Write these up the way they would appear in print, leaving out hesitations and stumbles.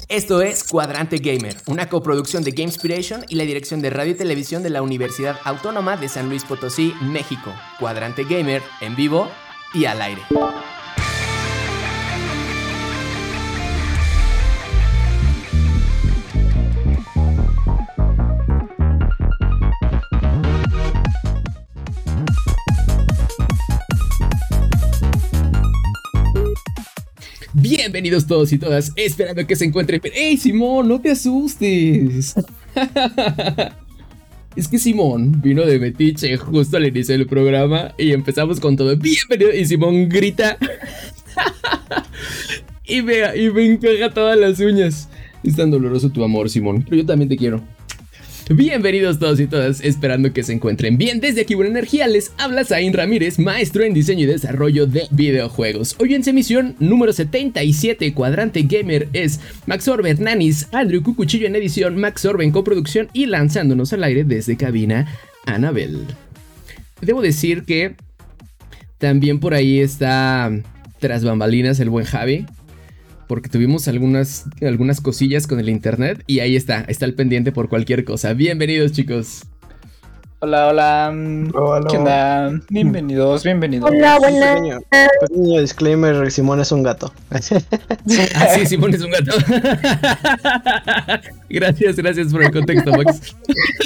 Esto es Cuadrante Gamer, una coproducción de Gamespiration y la Dirección de Radio y Televisión de la Universidad Autónoma de San Luis Potosí, México. Cuadrante Gamer, en vivo y al aire. Bienvenidos todos y todas, esperando que se encuentren. ¡Ey, Simón, no te asustes! Es que Simón vino de metiche justo al inicio del programa y empezamos con todo. ¡Bienvenido! Y Simón grita y me encaja todas las uñas. Es tan doloroso tu amor, Simón, pero yo también te quiero. Bienvenidos todos y todas, esperando que se encuentren bien. Desde aquí Buena Energía les habla Zain Ramírez, maestro en diseño y desarrollo de videojuegos. Hoy en su emisión número 77, Cuadrante Gamer es Max Orbe, Nanis, Andrew Cucuchillo en edición, Max Orbe en coproducción y lanzándonos al aire desde cabina, Anabel. Debo decir que también por ahí está tras bambalinas el buen Javi, porque tuvimos algunas cosillas con el internet y ahí está al pendiente por cualquier cosa. Bienvenidos, chicos. Hola. Hola. ¿Qué onda? Bienvenidos. Hola, buenas. Pequeño disclaimer, Simón es un gato. Sí, Simón es un gato. Gracias por el contexto, Max.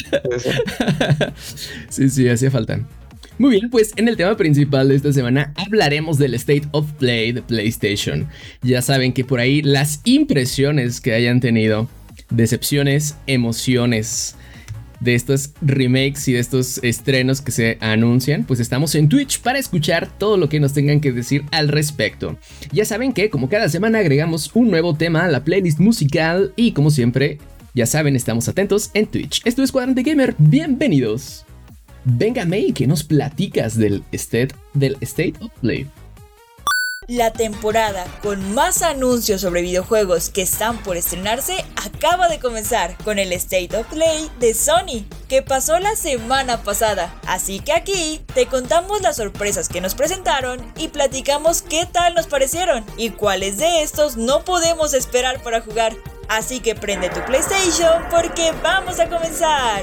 Sí, hacía falta. Muy bien, pues en el tema principal de esta semana hablaremos del State of Play de PlayStation. Ya saben que por ahí las impresiones que hayan tenido, decepciones, emociones de estos remakes y de estos estrenos que se anuncian, pues estamos en Twitch para escuchar todo lo que nos tengan que decir al respecto. Ya saben que como cada semana agregamos un nuevo tema a la playlist musical y como siempre, ya saben, estamos atentos en Twitch. Esto es Cuadrante Gamer, bienvenidos. Venga, May, ¿qué nos platicas del State of Play? La temporada con más anuncios sobre videojuegos que están por estrenarse acaba de comenzar con el State of Play de Sony, que pasó la semana pasada. Así que aquí te contamos las sorpresas que nos presentaron y platicamos qué tal nos parecieron y cuáles de estos no podemos esperar para jugar. Así que prende tu PlayStation porque vamos a comenzar.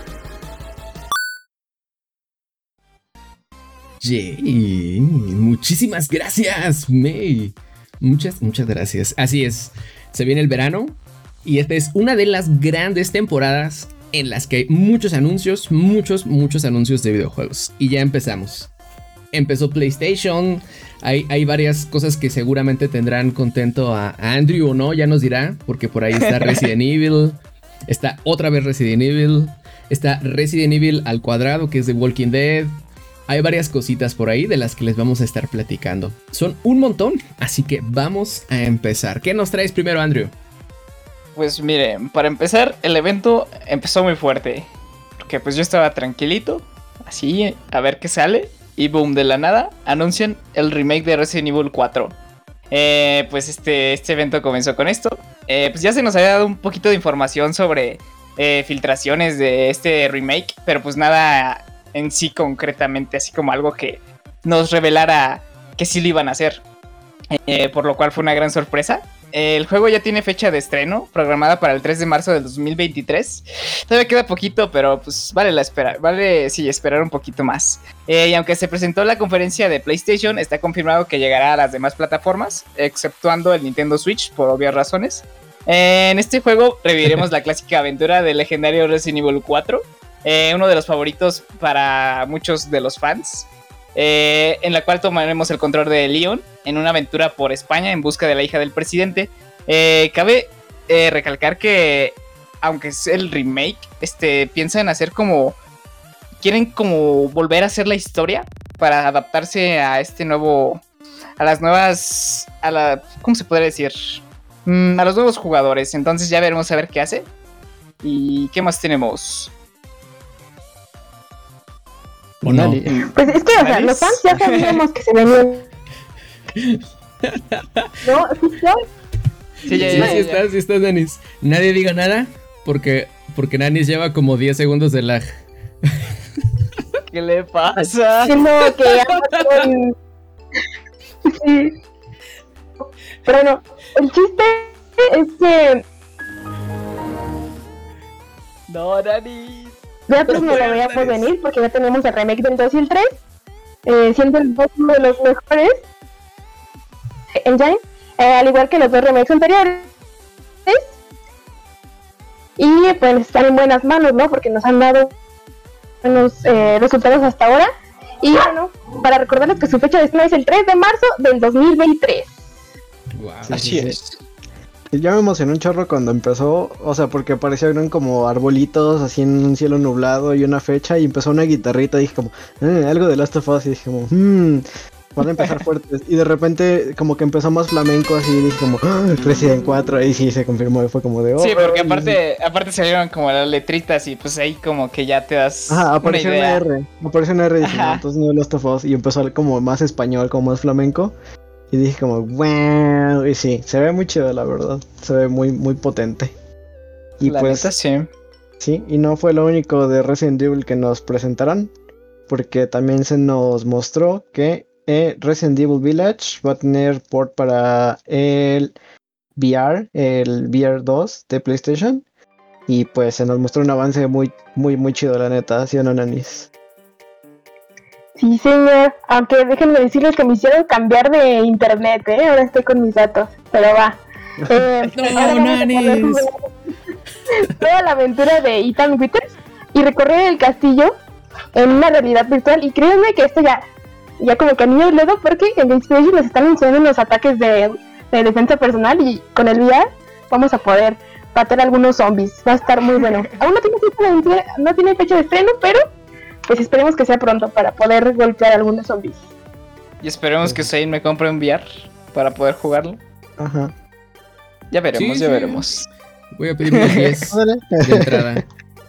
Yay, muchísimas gracias, May. Muchas gracias. Así es, se viene el verano y esta es una de las grandes temporadas en las que hay muchos anuncios, muchos anuncios de videojuegos. Y ya empezamos. Empezó PlayStation, hay varias cosas que seguramente tendrán contento a Andrew o no, ya nos dirá, porque por ahí está Resident Evil, está otra vez Resident Evil, está Resident Evil al cuadrado, que es de Walking Dead. Hay varias cositas por ahí de las que les vamos a estar platicando. Son un montón, así que vamos a empezar. ¿Qué nos traes primero, Andrew? Pues miren, para empezar, el evento empezó muy fuerte. Porque pues yo estaba tranquilito, así, a ver qué sale. Y boom, de la nada, anuncian el remake de Resident Evil 4. Pues este evento comenzó con esto. Pues ya se nos había dado un poquito de información sobre filtraciones de este remake. Pero pues nada en sí concretamente, así como algo que nos revelara que sí lo iban a hacer, por lo cual fue una gran sorpresa. El juego ya tiene fecha de estreno programada para el 3 de marzo del 2023. Todavía queda poquito, pero pues vale la espera, esperar un poquito más. Y aunque se presentó en la conferencia de PlayStation, está confirmado que llegará a las demás plataformas, exceptuando el Nintendo Switch por obvias razones. En este juego reviviremos la clásica aventura del legendario Resident Evil 4. Uno de los favoritos para muchos de los fans, en la cual tomaremos el control de Leon en una aventura por España en busca de la hija del presidente. Cabe recalcar que, aunque es el remake, piensan hacer quieren volver a hacer la historia para adaptarse a ¿cómo se podría decir? A los nuevos jugadores. Entonces ya veremos a ver qué hace. ¿Y qué más tenemos? ¿O no? Pues es que, o sea, los fans ya sabíamos que se venían. ¿No? Sí, Sí estás, Nanis. Nadie diga nada porque Nanis lleva como 10 segundos de lag. ¿Qué le pasa? No, que sí. Pero no, el chiste es que No, Nani. ya pues no lo veíamos venir porque ya tenemos el remake del 2 y el 3, siendo el 2 uno de los mejores engine, al igual que los dos remakes anteriores. Y pues están en buenas manos, ¿no? Porque nos han dado buenos resultados hasta ahora. Y bueno, para recordarles que su fecha de estreno es el 3 de marzo del 2023. Wow. Así es. Y ya me emocioné un chorro cuando empezó, o sea, porque aparecieron como arbolitos así en un cielo nublado y una fecha y empezó una guitarrita y dije como, algo de Last of Us y dije como, van a empezar fuertes. Y de repente como que empezó más flamenco así y dije como, Resident 4, ahí sí se confirmó y fue como de, Sí, porque aparte salieron como las letritas y pues ahí como que ya te das ajá, una apareció una idea. R, apareció una R y dije, Ajá. no, entonces no es Last of Us y empezó como más español, como más flamenco. Y dije como, wow, y sí, se ve muy chido la verdad, se ve muy, muy potente. Y La pues, neta, sí. sí, y no fue lo único de Resident Evil que nos presentaron, porque también se nos mostró que Resident Evil Village va a tener port para el VR 2 de PlayStation, y pues se nos mostró un avance muy, muy, muy chido la neta, ¿sí o no, Nanis? Sí, señor. Aunque déjenme decirles que me hicieron cambiar de internet, ahora estoy con mis datos, pero va. No, Ahora vamos a poder Nanis. jugar toda la aventura de Ethan Winters y recorrer el castillo en una realidad virtual. Y créanme que esto ya como que a mí me dedo porque en Inspiration nos están enseñando unos ataques de defensa personal y con el VR vamos a poder matar a algunos zombies. Va a estar muy bueno. Aún no tiene fecha de estreno, pero pues esperemos que sea pronto para poder golpear a algunos zombies. Y esperemos que Zane me compre un VR para poder jugarlo. Ajá. Ya veremos, Sí, ya sí. veremos. Voy a pedir unos 10 de entrada.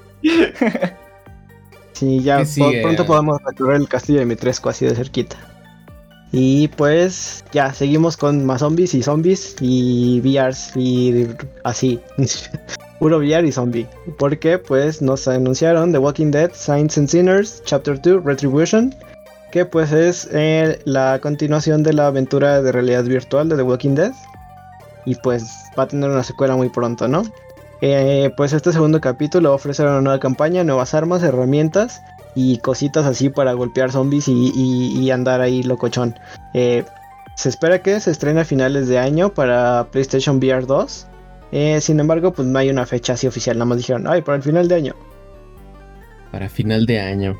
Sí, ya ¿Qué sigue? pronto podemos recorrer el castillo de Mitrescu así de cerquita. Y pues ya seguimos con más zombies y VRs y así. Puro VR y zombie. Porque pues nos anunciaron The Walking Dead Saints and Sinners Chapter 2 Retribution. Que pues es la continuación de la aventura de realidad virtual de The Walking Dead. Y pues va a tener una secuela muy pronto, ¿no? Pues este segundo capítulo va a ofrecer una nueva campaña, nuevas armas, herramientas y cositas así para golpear zombies y andar ahí locochón. Se espera que se estrene a finales de año para PlayStation VR 2. Sin embargo, pues no hay una fecha así oficial, nada más dijeron, ay, para el final de año. Para final de año.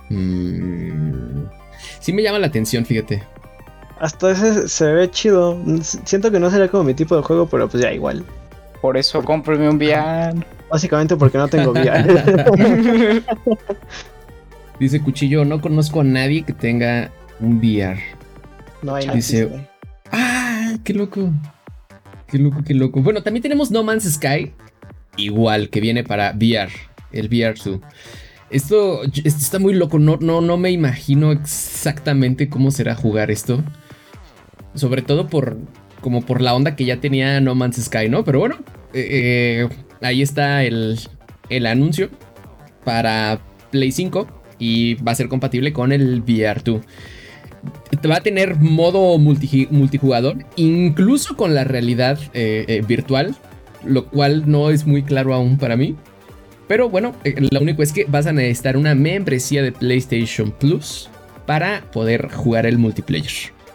Sí me llama la atención, fíjate. Hasta ese se ve chido. Siento que no sería como mi tipo de juego, pero pues ya igual. Por eso cómprame un VR. Básicamente porque no tengo VR. Dice Cuchillo, no conozco a nadie que tenga un VR. No hay Dice- nada. ¡Ah! ¡Qué loco! ¡Qué loco, qué loco! Bueno, también tenemos No Man's Sky. Igual, que viene para VR. El VR2. Esto está muy loco. No me imagino exactamente cómo será jugar esto. Sobre todo por la onda que ya tenía No Man's Sky, ¿no? Pero bueno, ahí está el anuncio para Play 5 y va a ser compatible con el VR2. Va a tener modo multijugador, incluso con la realidad virtual, lo cual no es muy claro aún para mí. Pero bueno, lo único es que vas a necesitar una membresía de PlayStation Plus para poder jugar el multiplayer.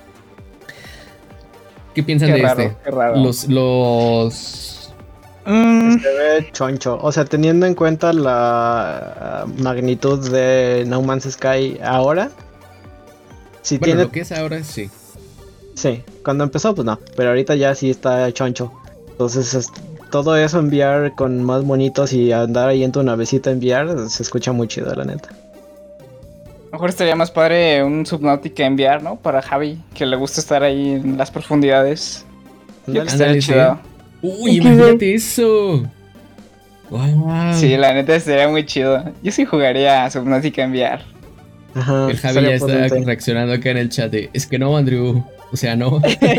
¿Qué piensan Qué de raro, este? qué raro. Los Se ve choncho. O sea, teniendo en cuenta la magnitud de No Man's Sky ahora. Si bueno, tiene. lo que es ahora sí. Sí, cuando empezó, pues no. Pero ahorita ya sí está choncho. Entonces, todo eso en VR con más monitos y andar ahí en tu navecita en VR se escucha muy chido, la neta. Mejor estaría más padre un Subnautica en VR, ¿no? Para Javi, que le gusta estar ahí en las profundidades. Yo que estaría Ándale, chido. Uy, imagínate eso. Wow. Sí, la neta estaría muy chido. Yo sí jugaría a Subnautica en VR. Ajá, El Javi estaría ya está potente. reaccionando acá en el chat de, es que no, Andrew. O sea, no.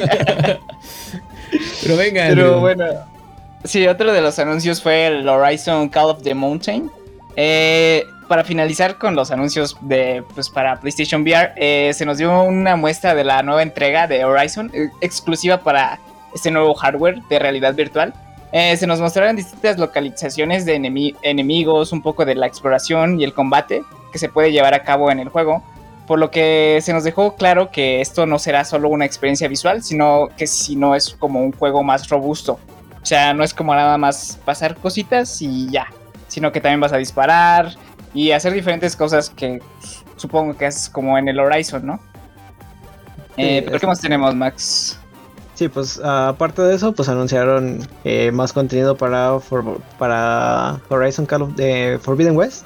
Pero venga, Andrew. Pero bueno. Sí, otro de los anuncios fue el Horizon Call of the Mountain. Para finalizar con los anuncios pues para PlayStation VR, se nos dio una muestra de la nueva entrega de Horizon, exclusiva para este nuevo hardware de realidad virtual, se nos mostraron distintas localizaciones de enemigos, un poco de la exploración y el combate que se puede llevar a cabo en el juego, por lo que se nos dejó claro que esto no será solo una experiencia visual, sino que es como un juego más robusto. O sea, no es como nada más pasar cositas y ya, sino que también vas a disparar y hacer diferentes cosas que supongo que es como en el Horizon, ¿no? ¿Pero qué más tenemos, Max? Sí, pues aparte de eso, pues anunciaron más contenido para Horizon Call of Forbidden West.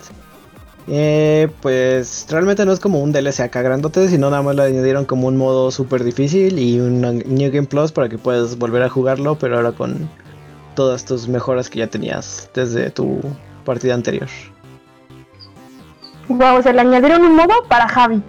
Pues realmente no es como un DLC acá grandote, sino nada más le añadieron como un modo súper difícil y un New Game Plus para que puedas volver a jugarlo, pero ahora con todas tus mejoras que ya tenías desde tu partida anterior. Wow, o sea, le añadieron un modo para Javi.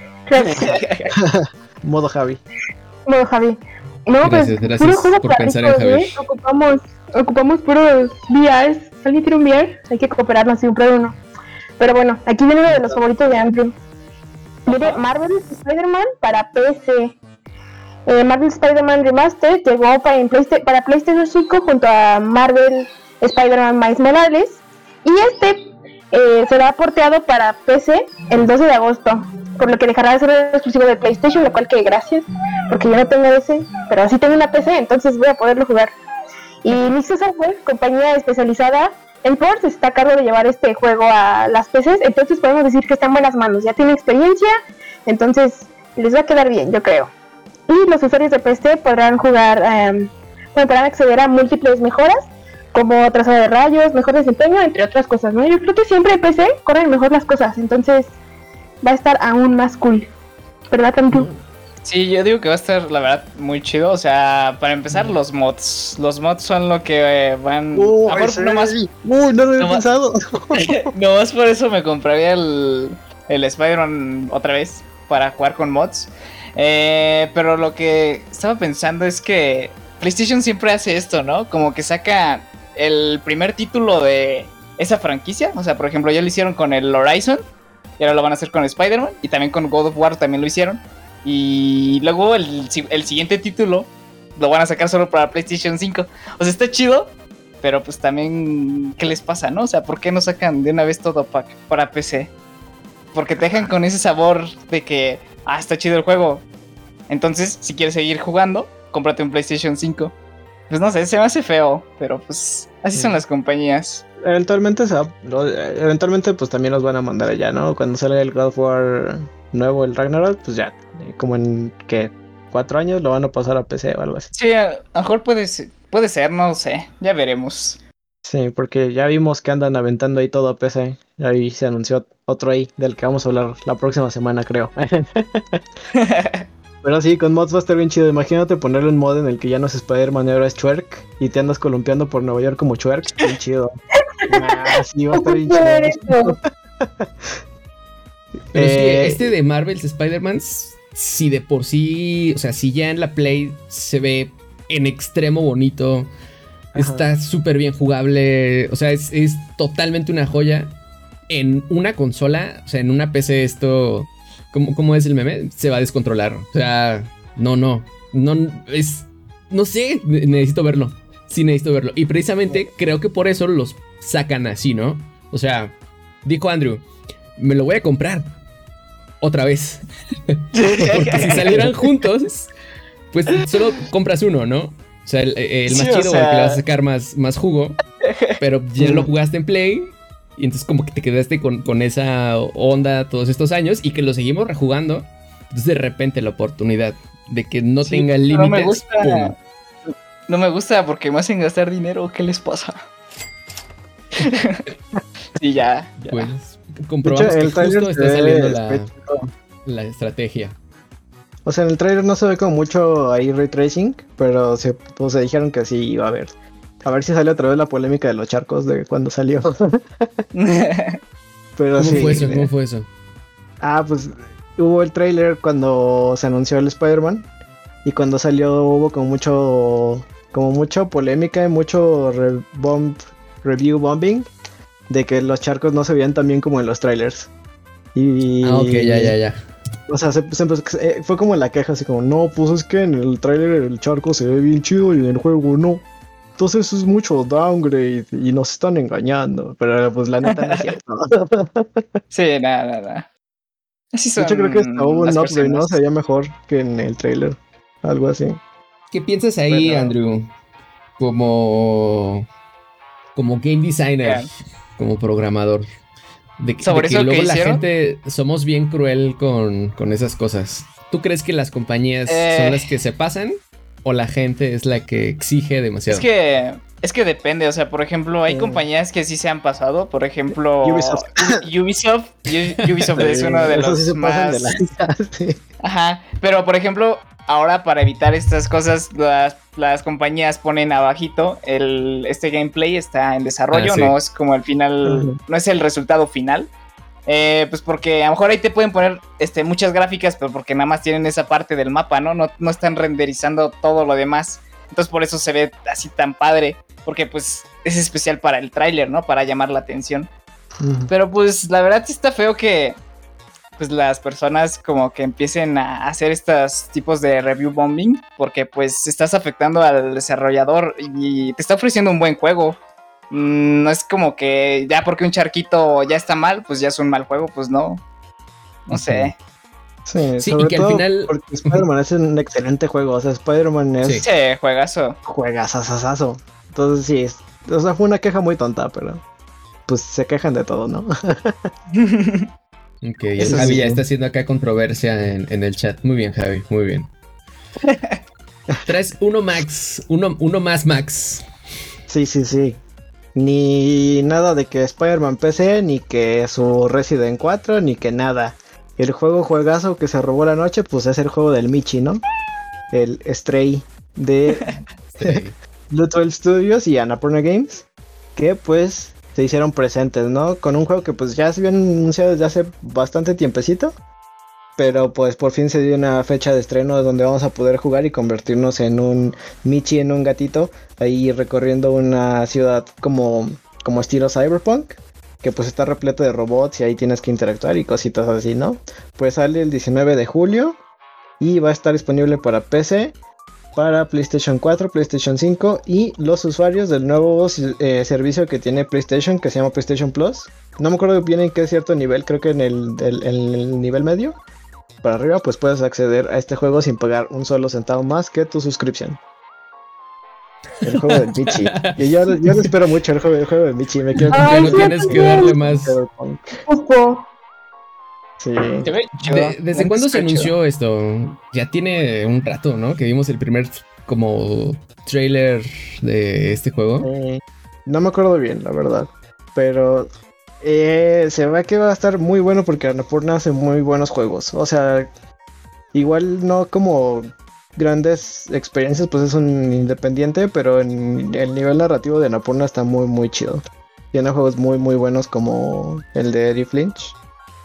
Modo Javi. Modo Javi. No, Gracias puro juego por para pensar en ricos, Javi. Ocupamos puros VRs. ¿Alguien tiene un VR? Hay que cooperarnos y comprar uno. Pero bueno, aquí viene uno de los favoritos de Andrew. Viene Marvel Spider-Man para PC. Marvel Spider-Man Remastered llegó para PlayStation 5 junto a Marvel Spider-Man Miles Morales. Y será porteado para PC el 12 de agosto. Por lo que dejará de ser exclusivo de PlayStation, lo cual que gracias, porque yo no tengo ese, pero sí tengo una PC, entonces voy a poderlo jugar. Y Nixon Software, compañía especializada en ports, está a cargo de llevar este juego a las PCs, entonces podemos decir que está en buenas manos, ya tiene experiencia, entonces les va a quedar bien, yo creo. Y los usuarios de PC podrán jugar, podrán acceder a múltiples mejoras, como trazado de rayos, mejor desempeño, entre otras cosas, ¿no? Yo creo que siempre en PC corren mejor las cosas, entonces va a estar aún más cool, ¿verdad, Andrew? Sí, yo digo que va a estar, la verdad, muy chido. O sea, para empezar, los mods. Los mods son lo que van... no lo había pensado. Nomás por eso me compraría el Spider-Man otra vez, para jugar con mods. Pero lo que estaba pensando es que PlayStation siempre hace esto, ¿no? Como que saca el primer título de esa franquicia. O sea, por ejemplo, ya lo hicieron con el Horizon. Y ahora lo van a hacer con Spider-Man. Y también con God of War también lo hicieron. Y luego el siguiente título lo van a sacar solo para PlayStation 5. O sea, está chido. Pero pues también, ¿qué les pasa, no? O sea, ¿por qué no sacan de una vez todo para PC? Porque te dejan con ese sabor de que, está chido el juego. Entonces, si quieres seguir jugando, cómprate un PlayStation 5. Pues no sé, se me hace feo. Pero pues, así son las compañías. Eventualmente pues también los van a mandar allá, ¿no? Cuando salga el God of War nuevo, el Ragnarok, pues ya, como en, ¿qué? 4 años lo van a pasar a PC o algo así. Sí, a lo mejor puede ser, no sé, ya veremos. Sí, porque ya vimos que andan aventando ahí todo a PC. Ahí se anunció otro ahí, del que vamos a hablar la próxima semana, creo. Pero sí, con mods va a estar bien chido. Imagínate ponerle un mod en el que ya no es Spider-Man, ahora es Twerk, y te andas columpiando por Nueva York como Twerk. Bien chido. Sí, va a estar bien chido. Pero sí, de Marvel's Spider-Man, si de por sí, o sea, si ya en la Play se ve en extremo bonito, está súper bien jugable, o sea, es totalmente una joya. En una consola, o sea, en una PC esto, ¿cómo es el meme? Se va a descontrolar, o sea, no sé, necesito verlo, sí necesito verlo. Y precisamente creo que por eso los sacan así, ¿no? O sea, dijo Andrew, me lo voy a comprar otra vez. Porque si salieran juntos, pues solo compras uno, ¿no? O sea, el más chido, o sea, el que le vas a sacar más jugo. Pero ya lo jugaste en Play. Y entonces como que te quedaste con esa onda todos estos años. Y que lo seguimos rejugando. Entonces de repente la oportunidad de que no tenga límites. No me gusta. ¡Pum! No me gusta porque me hacen gastar dinero. ¿Qué les pasa? Sí, ya. Pues comprobamos que justo está saliendo la estrategia. O sea, en el trailer no se ve como mucho ahí ray tracing, pero se dijeron que sí iba a haber. A ver si sale otra vez la polémica de los charcos de cuando salió. Pero ¿Cómo fue eso? Pues hubo el trailer cuando se anunció el Spider-Man. Y cuando salió hubo como mucho polémica y mucho review bombing de que los charcos no se veían tan bien como en los trailers. Ok, ya. O sea, fue como la queja, así como, no, pues es que en el tráiler el charco se ve bien chido y en el juego no. Entonces es mucho downgrade y nos están engañando. Pero pues la neta no es cierto. Sí, nada. Así De son hecho, creo que hasta hubo un las upgrade, ¿no? personas. Se veía mejor que en el tráiler. Algo así. ¿Qué piensas ahí, Bueno. Andrew? Como game designer, Vean. como programador. De Sobre que eso luego que la hicieron. gente somos bien cruel con esas cosas. ¿Tú crees que las compañías son las que se pasan o la gente es la que exige demasiado? Es que depende, o sea, por ejemplo, hay compañías que sí se han pasado, por ejemplo, Ubisoft. Ubisoft es uno de Eso los sí se pasan de más... lanza, sí. Ajá, pero por ejemplo, ahora para evitar estas cosas, las compañías ponen abajito este gameplay está en desarrollo, Ah, sí. no es como el final, Ujú. no es el resultado final. Pues porque a lo mejor ahí te pueden poner muchas gráficas, pero porque nada más tienen esa parte del mapa, ¿no? No están renderizando todo lo demás. Entonces por eso se ve así tan padre. Porque pues es especial para el tráiler, ¿no? Para llamar la atención. Ujú. Pero pues la verdad sí está feo que pues las personas como que empiecen a hacer estos tipos de review bombing. Porque pues estás afectando al desarrollador y te está ofreciendo un buen juego. No es como que ya porque un charquito ya está mal, pues ya es un mal juego, pues no. No sé. Sí, Sí, sobre y que al todo final- porque Spider-Man es un excelente juego. O sea, Spider-Man es Sí. Sí, juegazo. juegazazazazo. Entonces sí, o sea, fue una queja muy tonta, pero pues se quejan de todo, ¿no? Ok, el Eso Javi sí. ya está haciendo acá controversia en el chat. Muy bien, Javi, muy bien. Traes uno más Max. Sí. Ni nada de que Spider-Man PC, ni que su Resident 4, ni que nada. El juegazo que se robó la noche, pues es el juego del Michi, ¿no? El Stray de Sí. Blue 12 Studios y Annapurna Games, que pues se hicieron presentes, ¿no? Con un juego que pues ya se había anunciado desde hace bastante tiempecito, pero pues por fin se dio una fecha de estreno donde vamos a poder jugar y convertirnos en un Michi, en un gatito, ahí recorriendo una ciudad como estilo Cyberpunk, que pues está repleto de robots y ahí tienes que interactuar y cositas así, ¿no? Pues sale el 19 de julio y va a estar disponible para PC, para PlayStation 4, PlayStation 5 y los usuarios del nuevo servicio que tiene PlayStation, que se llama PlayStation Plus. No me acuerdo bien en qué cierto nivel, creo que en el nivel medio para arriba, pues puedes acceder a este juego sin pagar un solo centavo más que tu suscripción. El juego del Michi. Y yo lo espero mucho, el juego del Michi. Me quiero Ya Ay, no sí, tienes que darle más. Cyberpunk. Justo. Sí. Se ve chido. ¿Desde cuándo se anunció esto? Ya tiene un rato, ¿no? Que vimos el primer como trailer de este juego. No me acuerdo bien, la verdad. Pero se ve que va a estar muy bueno porque Annapurna hace muy buenos juegos. O sea, igual no como grandes experiencias, pues es un independiente, pero en el nivel narrativo de Annapurna está muy, muy chido. Tiene juegos muy, muy buenos como el de Eddie Flinch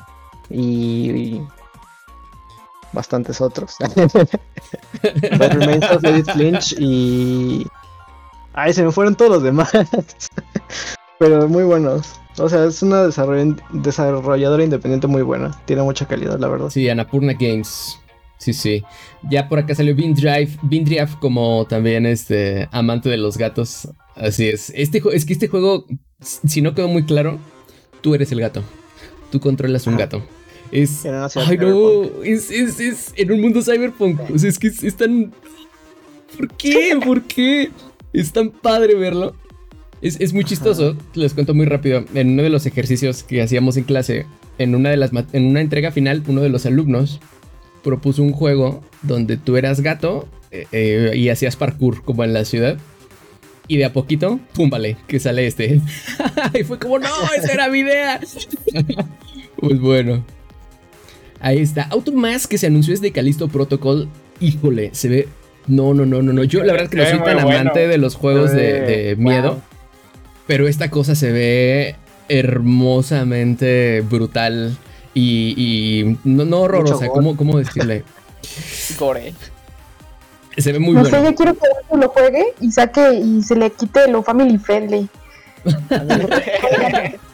y bastantes otros. But Remains of Edith Flinch y... Ay, se me fueron todos los demás. Pero muy buenos. O sea, es una desarrolladora independiente muy buena. Tiene mucha calidad, la verdad. Sí, Annapurna Games. Sí. Ya por acá salió Vindriaf como también amante de los gatos. Así es. Es que este juego, si no quedó muy claro, tú eres el gato. Tú controlas un gato. Es... En una ciudad Ay, no, cyberpunk. es en un mundo cyberpunk. O sea, es que es tan... ¿Por qué? ¿Por qué? Es tan padre verlo. Es muy chistoso. Les cuento muy rápido. En uno de los ejercicios que hacíamos en clase, en una entrega final, uno de los alumnos propuso un juego donde tú eras gato y hacías parkour como en la ciudad. Y de a poquito, pum, vale, que sale y fue como, no, esa era mi idea. Pues bueno. Ahí está. Automask que se anunció es de Callisto Protocol. Híjole, se ve... No. Yo la verdad que no Se ve soy tan muy bueno. amante de los juegos de miedo. Wow. Pero esta cosa se ve hermosamente brutal y no horrorosa. Mucho gore. ¿Cómo decirle? Gore. Se ve muy No bueno. sé, yo quiero que Arthur lo juegue y saque y se le quite lo family friendly.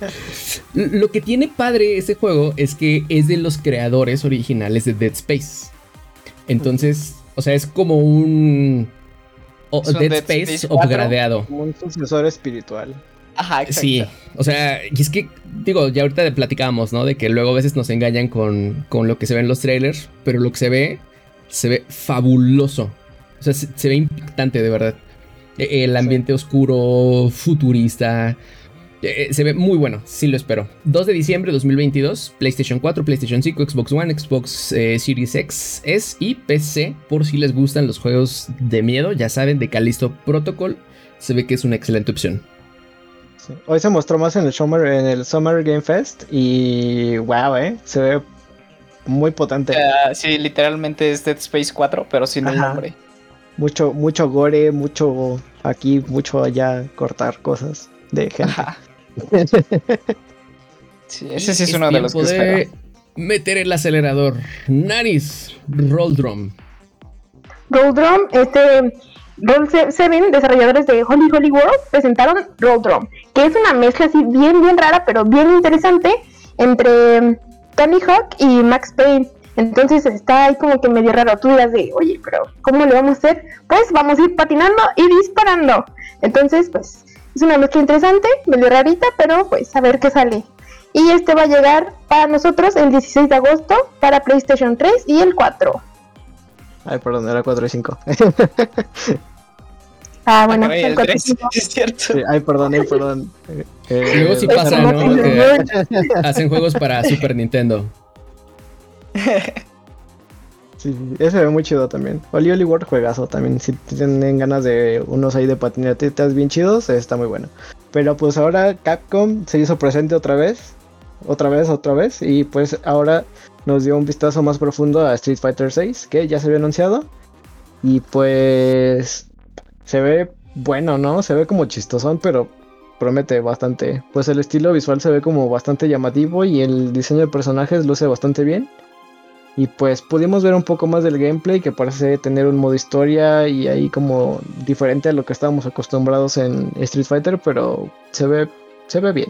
Lo que tiene padre ese juego es que es de los creadores originales de Dead Space. Entonces, o sea, es como un Dead Space upgradeado. Como un sucesor espiritual. Ajá, exacto. Sí, o sea, y es que, digo, ya ahorita platicábamos, ¿no? De que luego a veces nos engañan con lo que se ve en los trailers, pero lo que se ve fabuloso. O sea, se ve impactante, de verdad. El ambiente oscuro, futurista. Se ve muy bueno, sí lo espero. 2 de diciembre de 2022, PlayStation 4, PlayStation 5, Xbox One, Xbox Series X, S y PC. Por si les gustan los juegos de miedo, ya saben, de Callisto Protocol. Se ve que es una excelente opción. Sí. Hoy se mostró más en el Summer Game Fest y wow, se ve muy potente. Sí, literalmente es Dead Space 4, pero sin el nombre. Mucho gore, mucho aquí, mucho allá, cortar cosas de gente. Ajá. Sí, ese sí es uno de los que espero. Meter el acelerador. Naris, Roll Drum. Roll Drum, Roll 7, desarrolladores de Holy World, presentaron Roll Drum, que es una mezcla así bien rara, pero bien interesante entre Tony Hawk y Max Payne. Entonces está ahí como que medio raro. Tú dirás de, oye, pero ¿cómo le vamos a hacer? Pues vamos a ir patinando y disparando. Entonces, pues, es una mezcla interesante, medio rarita, pero pues a ver qué sale. Y va a llegar para nosotros el 16 de agosto para PlayStation 3 y el 4. Ay, perdón, era 4 y 5. Bueno, caray, el 3, es cierto. Sí, ay, perdón. Luego sí pasa, ¿no? Que hacen juegos para Super Nintendo. Sí, ese se ve muy chido también. Holy World juegazo también. Si tienen ganas de unos ahí de patinetas bien chidos, está muy bueno. Pero pues ahora Capcom se hizo presente otra vez. Y pues ahora nos dio un vistazo más profundo a Street Fighter 6, que ya se había anunciado. Y pues se ve bueno, ¿no? Se ve como chistosón, pero promete bastante. Pues el estilo visual se ve como bastante llamativo y el diseño de personajes luce bastante bien. Y pues pudimos ver un poco más del gameplay, que parece tener un modo historia y ahí como diferente a lo que estábamos acostumbrados en Street Fighter, pero se ve bien.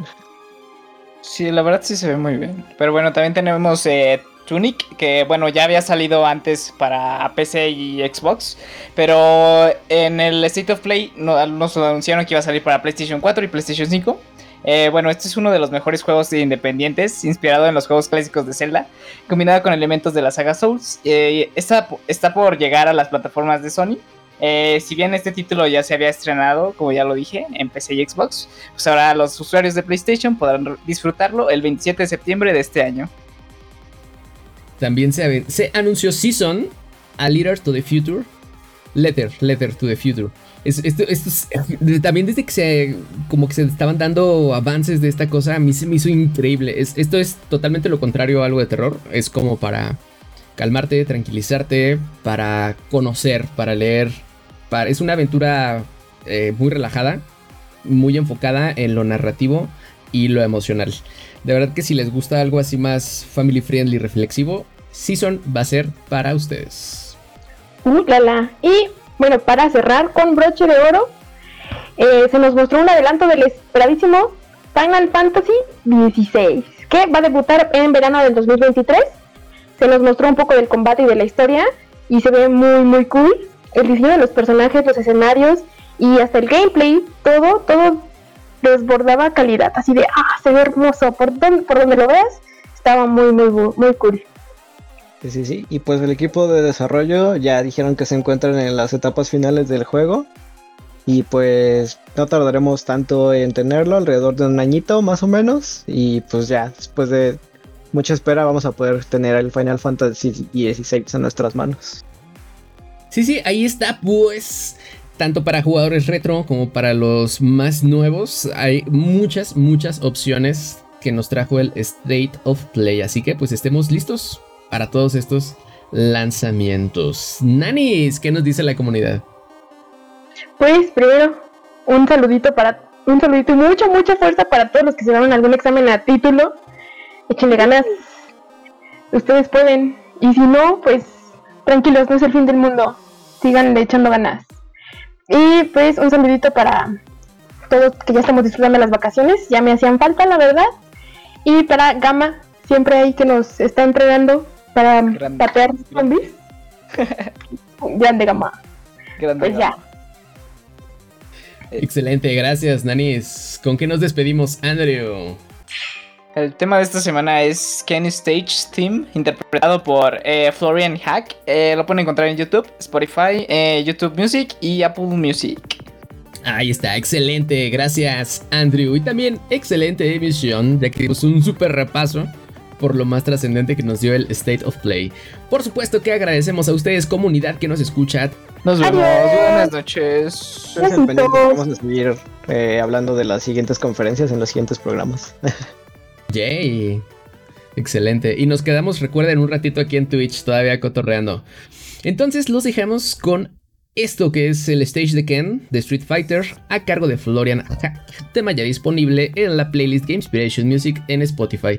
Sí, la verdad sí se ve muy bien. Pero bueno, también tenemos Tunic, que bueno, ya había salido antes para PC y Xbox, pero en el State of Play nos anunciaron que iba a salir para PlayStation 4 y PlayStation 5. Bueno, este es uno de los mejores juegos independientes, inspirado en los juegos clásicos de Zelda, combinado con elementos de la saga Souls. Está por llegar a las plataformas de Sony. Si bien este título ya se había estrenado, como ya lo dije, en PC y Xbox, pues ahora los usuarios de PlayStation podrán disfrutarlo el 27 de septiembre de este año. También se anunció Season, A Letter to the Future. Letter to the Future. Esto es, también desde que se estaban dando avances de esta cosa, a mí se me hizo increíble. Esto es totalmente lo contrario a algo de terror. Es como para calmarte, tranquilizarte, para conocer, para leer. Es una aventura muy relajada, muy enfocada en lo narrativo y lo emocional. De verdad que si les gusta algo así más family friendly y reflexivo, Season va a ser para ustedes. Y bueno, para cerrar con broche de oro, se nos mostró un adelanto del esperadísimo Final Fantasy XVI, que va a debutar en verano del 2023. Se nos mostró un poco del combate y de la historia, y se ve muy cool. El diseño de los personajes, los escenarios y hasta el gameplay, todo desbordaba calidad, así de, se ve hermoso, por donde lo veas, estaba muy cool. Sí, y pues el equipo de desarrollo ya dijeron que se encuentran en las etapas finales del juego. Y pues no tardaremos tanto en tenerlo, alrededor de un añito más o menos. Y pues ya, después de mucha espera, vamos a poder tener el Final Fantasy XVI en nuestras manos. Sí, ahí está, pues. Tanto para jugadores retro como para los más nuevos, hay muchas opciones que nos trajo el State of Play. Así que pues estemos listos para todos estos lanzamientos. Nanis, ¿qué nos dice la comunidad? Pues primero, un saludito y mucha fuerza para todos los que se dan algún examen a título. Échenle ganas. Ustedes pueden. Y si no, pues tranquilos, no es el fin del mundo. Síganle echando ganas. Y pues un saludito para todos que ya estamos disfrutando las vacaciones, ya me hacían falta, la verdad. Y para Gama, siempre ahí que nos está entrenando para patear zombies. Grande Gama. Grande Pues ya. Gama. Excelente, gracias, Nanis. ¿Con qué nos despedimos, Andrew? El tema de esta semana es Kenny Stage Theme, interpretado por Florian Hack. Lo pueden encontrar en YouTube, Spotify, YouTube Music y Apple Music. Ahí está, excelente, gracias, Andrew. Y también excelente emisión, ya que dimos un súper repaso por lo más trascendente que nos dio el State of Play. Por supuesto que agradecemos a ustedes, comunidad que nos escucha. Nos vemos, Adiós. buenas noches. Estén al pendiente, vamos a seguir hablando de las siguientes conferencias en los siguientes programas. Yay. Excelente. Y nos quedamos, recuerden, un ratito aquí en Twitch, todavía cotorreando. Entonces los dejamos con esto que es el stage de Ken de Street Fighter a cargo de Florian Hack. Tema ya disponible en la playlist Gamespiration Music en Spotify.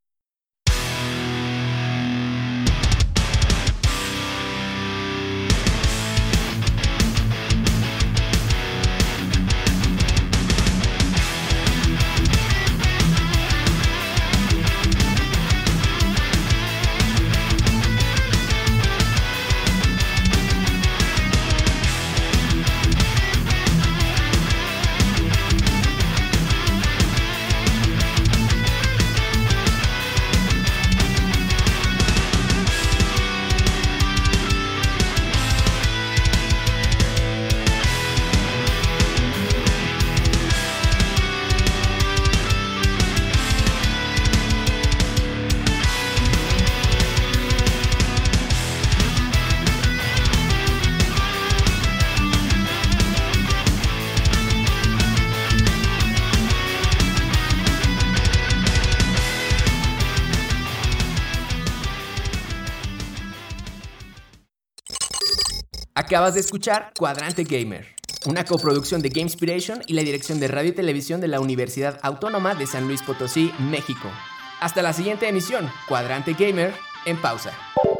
Acabas de escuchar Cuadrante Gamer, una coproducción de Gamespiration y la dirección de radio y televisión de la Universidad Autónoma de San Luis Potosí, México. Hasta la siguiente emisión, Cuadrante Gamer, en pausa.